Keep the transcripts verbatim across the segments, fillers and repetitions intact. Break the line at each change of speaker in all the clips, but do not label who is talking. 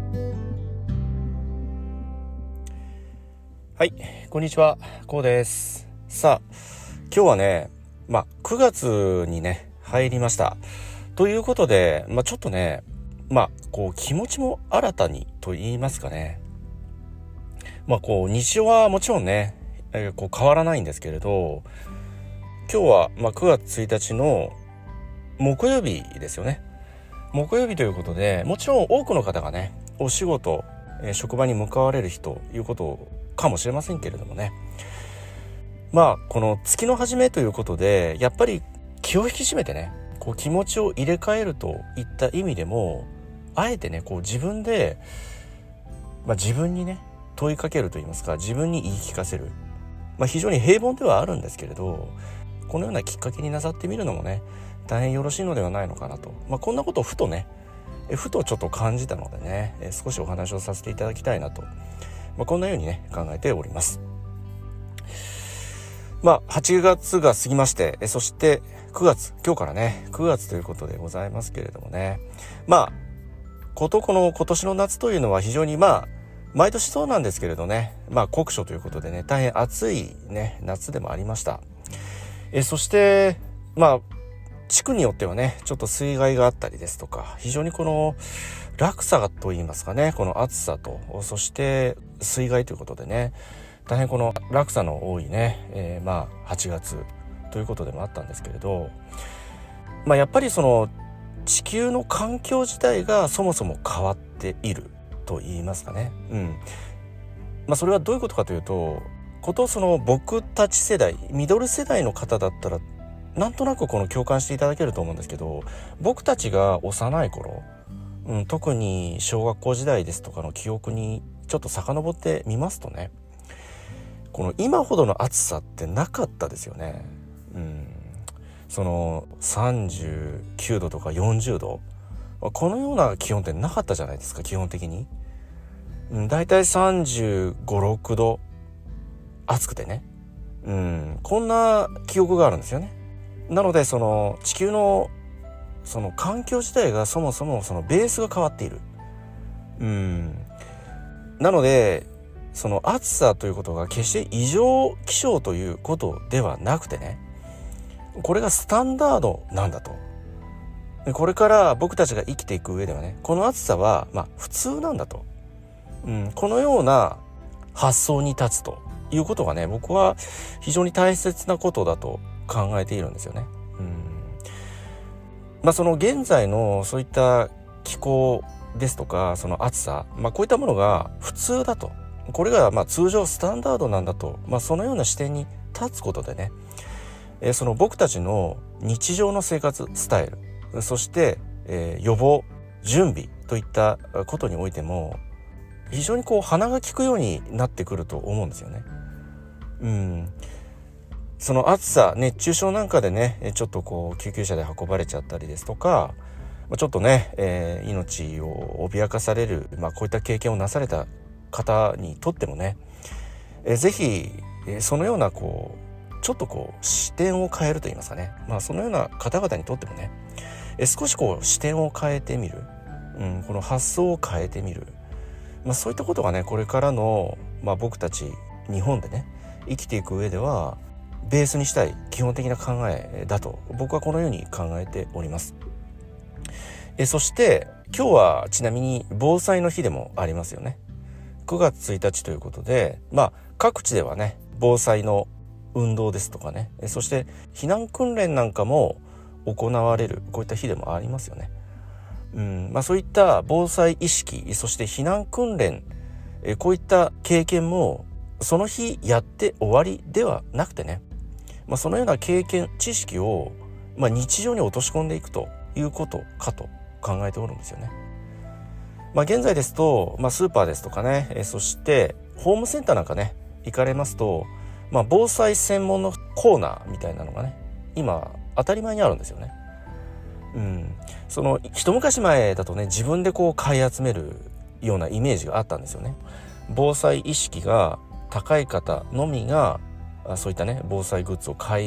はい、こんにちは、こうです。さあ、今日はね、まあ、くがつにね、入りました。ということで、まあ、ちょっとね、まあ、こう、気持ちも新たにと言いますかね。まあ、こう、日常はもちろんね、えー、こう変わらないんですけれど、今日は、まあ、くがつついたちの木曜日ですよね。木曜日ということで、もちろん多くの方がね、お仕事、えー、職場に向かわれる日ということかもしれませんけれどもね。まあこの月の初めということで、やっぱり気を引き締めてね、こう気持ちを入れ替えるといった意味でも、あえてね、こう自分で、まあ、自分にね問いかけるといいますか、自分に言い聞かせる、まあ、非常に平凡ではあるんですけれど、このようなきっかけになさってみるのもね、大変よろしいのではないのかなと、まあ、こんなことをふとねえふとちょっと感じたのでね、え少しお話をさせていただきたいなと、まあ、こんなようにね考えております。まあはちがつが過ぎまして、えそしてくがつ、今日からねくがつということでございますけれどもね、まあことこの今年の夏というのは非常にまあ毎年そうなんですけれどね、まあ酷暑ということでね、大変暑いね夏でもありました。えそしてまあ地区によってはねちょっと水害があったりですとか、非常にこの落差といいますかね、この暑さとそして水害ということでね、大変この落差の多いね、えー、まあはちがつということでもあったんですけれど、まあやっぱりその地球の環境自体がそもそも変わっていると言いますかね。うん。まあそれはどういうことかというと、ことその僕たち世代、ミドル世代の方だったらなんとなくこの共感していただけると思うんですけど、僕たちが幼い頃、うん、特に小学校時代ですとかの記憶にちょっと遡ってみますとね、この今ほどの暑さってなかったですよね。うん、そのさんじゅうきゅうどとかよんじゅうど、このような気温ってなかったじゃないですか、基本的に。うん、だいたいさんじゅうご、ろくど暑くてね、うん、こんな記憶があるんですよね。なのでその地球のその環境自体がそもそもそのベースが変わっている。うん。なのでその暑さということが決して異常気象ということではなくてね、これがスタンダードなんだと。これから僕たちが生きていく上ではね、この暑さはまあ普通なんだと。うん、このような発想に立つということがね、僕は非常に大切なことだと考えているんですよね。うん、まあその現在のそういった気候ですとか、その暑さ、まあこういったものが普通だと、これがまあ通常スタンダードなんだと、まあそのような視点に立つことでね、えー、その僕たちの日常の生活スタイル、そして、えー、予防準備といったことにおいても非常にこう鼻が利くようになってくると思うんですよね。うん。その暑さ、熱中症なんかでね、ちょっとこう救急車で運ばれちゃったりですとか、ちょっとね、えー、命を脅かされる、まあ、こういった経験をなされた方にとってもね、えー、ぜひ、えー、そのようなこうちょっとこう視点を変えるといいますかね、まあ、そのような方々にとってもね、えー、少しこう視点を変えてみる、うん、この発想を変えてみる、まあ、そういったことがね、これからの、まあ、僕たち日本でね生きていく上ではベースにしたい基本的な考えだと僕はこのように考えております。えそして今日はちなみに防災の日でもありますよね。くがつついたちということで、まあ各地ではね防災の運動ですとかね、そして避難訓練なんかも行われる、こういった日でもありますよね。うんまあ、そういった防災意識、そして避難訓練、えこういった経験もその日やって終わりではなくてね、まあ、そのような経験知識を、まあ、日常に落とし込んでいくということかと考えておるんですよね。まあ、現在ですと、まあ、スーパーですとかね、えそしてホームセンターなんかね行かれますと、まあ、防災専門のコーナーみたいなのがね今当たり前にあるんですよね。うん、その一昔前だとね自分でこう買い集めるようなイメージがあったんですよね。防災意識が高い方のみがそういったね防災グッズを買い揃えるといったこのようなイメージがあって、とてもその、まあ、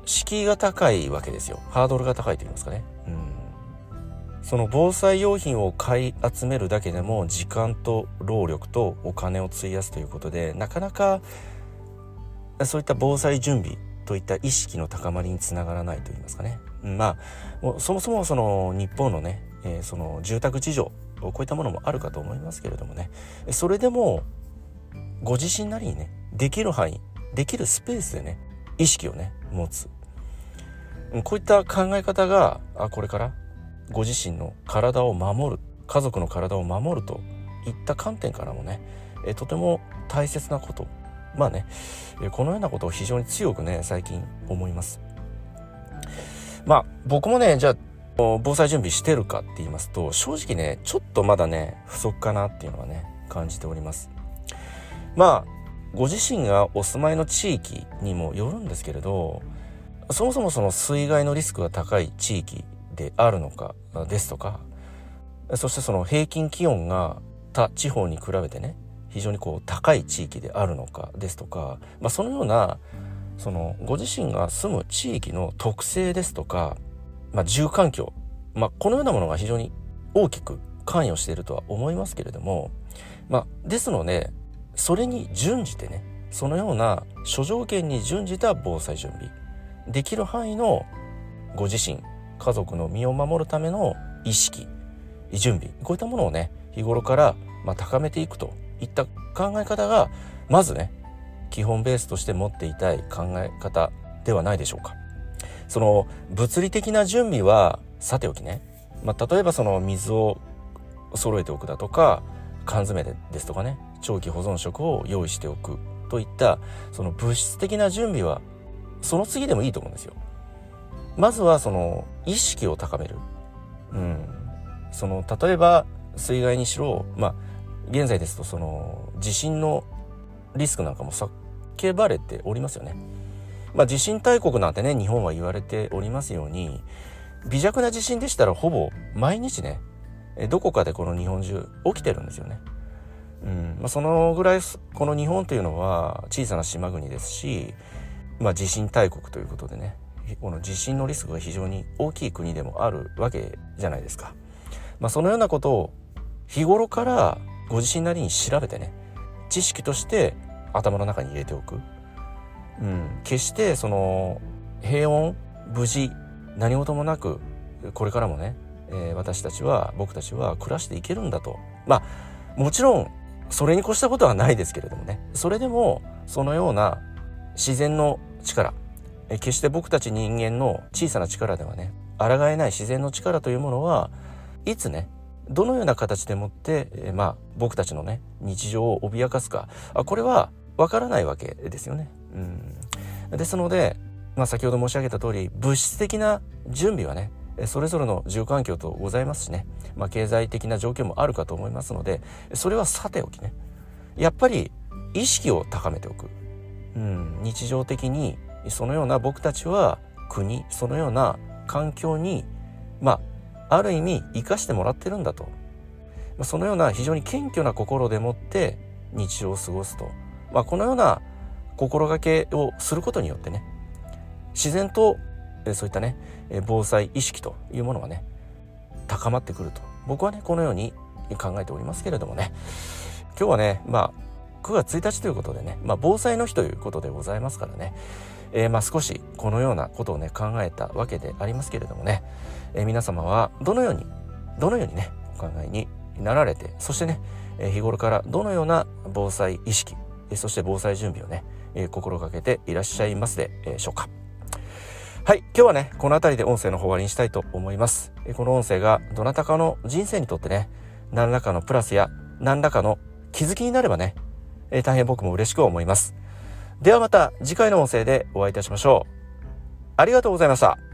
敷居が高いわけですよ。ハードルが高いと言いますかね。うん。その防災用品を買い集めるだけでも時間と労力とお金を費やすということで、なかなかそういった防災準備といった意識の高まりにつながらないと言いますかね。まあそもそもその日本のね、えー、その住宅事情こういったものもあるかと思いますけれどもね、それでもご自身なりにね、できる範囲、できるスペースでね、意識をね持つ、こういった考え方があこれからご自身の体を守る、家族の体を守るといった観点からもね、えとても大切なこと、まあね、このようなことを非常に強くね最近思います。まあ僕もね、じゃあ防災準備してるかって言いますと、正直ねちょっとまだね不足かなっていうのはね感じております。まあご自身がお住まいの地域にもよるんですけれど、そもそもその水害のリスクが高い地域であるのかですとか、そしてその平均気温が他地方に比べてね非常にこう高い地域であるのかですとか、まあ、そのようなそのご自身が住む地域の特性ですとか、まあ、住環境、まあ、このようなものが非常に大きく関与しているとは思いますけれども、まあ、ですのでそれに準じてね、そのような諸条件に準じた防災準備、できる範囲のご自身家族の身を守るための意識準備、こういったものをね日頃からまあ高めていくといった考え方がまずね基本ベースとして持っていたい考え方ではないでしょうか。その物理的な準備はさておきね、まあ、例えばその水を揃えておくだとか缶詰ですとかね、長期保存食を用意しておくといったその物質的な準備はその次でもいいと思うんですよ。まずはその意識を高める、うん、その例えば水害にしろ、まあ現在ですとその地震のリスクなんかも叫ばれておりますよね。まあ地震大国なんてね日本は言われておりますように、微弱な地震でしたらほぼ毎日ねどこかでこの日本中起きてるんですよね。うんまあ、そのぐらいこの日本というのは小さな島国ですし、まあ、地震大国ということでね、この地震のリスクが非常に大きい国でもあるわけじゃないですか。まあ、そのようなことを日頃からご自身なりに調べてね、知識として頭の中に入れておく、うん、決してその平穏無事何事もなくこれからもね、えー、私たちは僕たちは暮らしていけるんだと、まあもちろんそれに越したことはないですけれどもね、それでもそのような自然の力、え決して僕たち人間の小さな力ではね抗えない自然の力というものはいつねどのような形でもって、えー、まあ僕たちのね日常を脅かすか、あこれはわからないわけですよね。うんですので、まあ、先ほど申し上げた通り物質的な準備はねそれぞれの住環境とございますしね、まあ、経済的な条件もあるかと思いますので、それはさておきね、やっぱり意識を高めておく、うん、日常的にそのような僕たちは国、そのような環境にまあある意味生かしてもらってるんだと、そのような非常に謙虚な心でもって日常を過ごすと、まあ、このような心がけをすることによってね、自然とそういったね防災意識というものがね高まってくると僕はねこのように考えておりますけれどもね、今日はねまあくがつついたちということでね、まあ、防災の日ということでございますからね、えー、まあ少しこのようなことをね考えたわけでありますけれどもね、えー、皆様はどのようにどのようにねお考えになられて、そしてね、えー、日頃からどのような防災意識、えー、そして防災準備をね、えー、心がけていらっしゃいますでしょうか。はい、今日はねこの辺りで音声の方終わりにしたいと思います。この音声がどなたかの人生にとってね何らかのプラスや何らかの気づきになればね、えー、大変僕も嬉しく思います。ではまた次回の音声でお会いいたしましょう。ありがとうございました。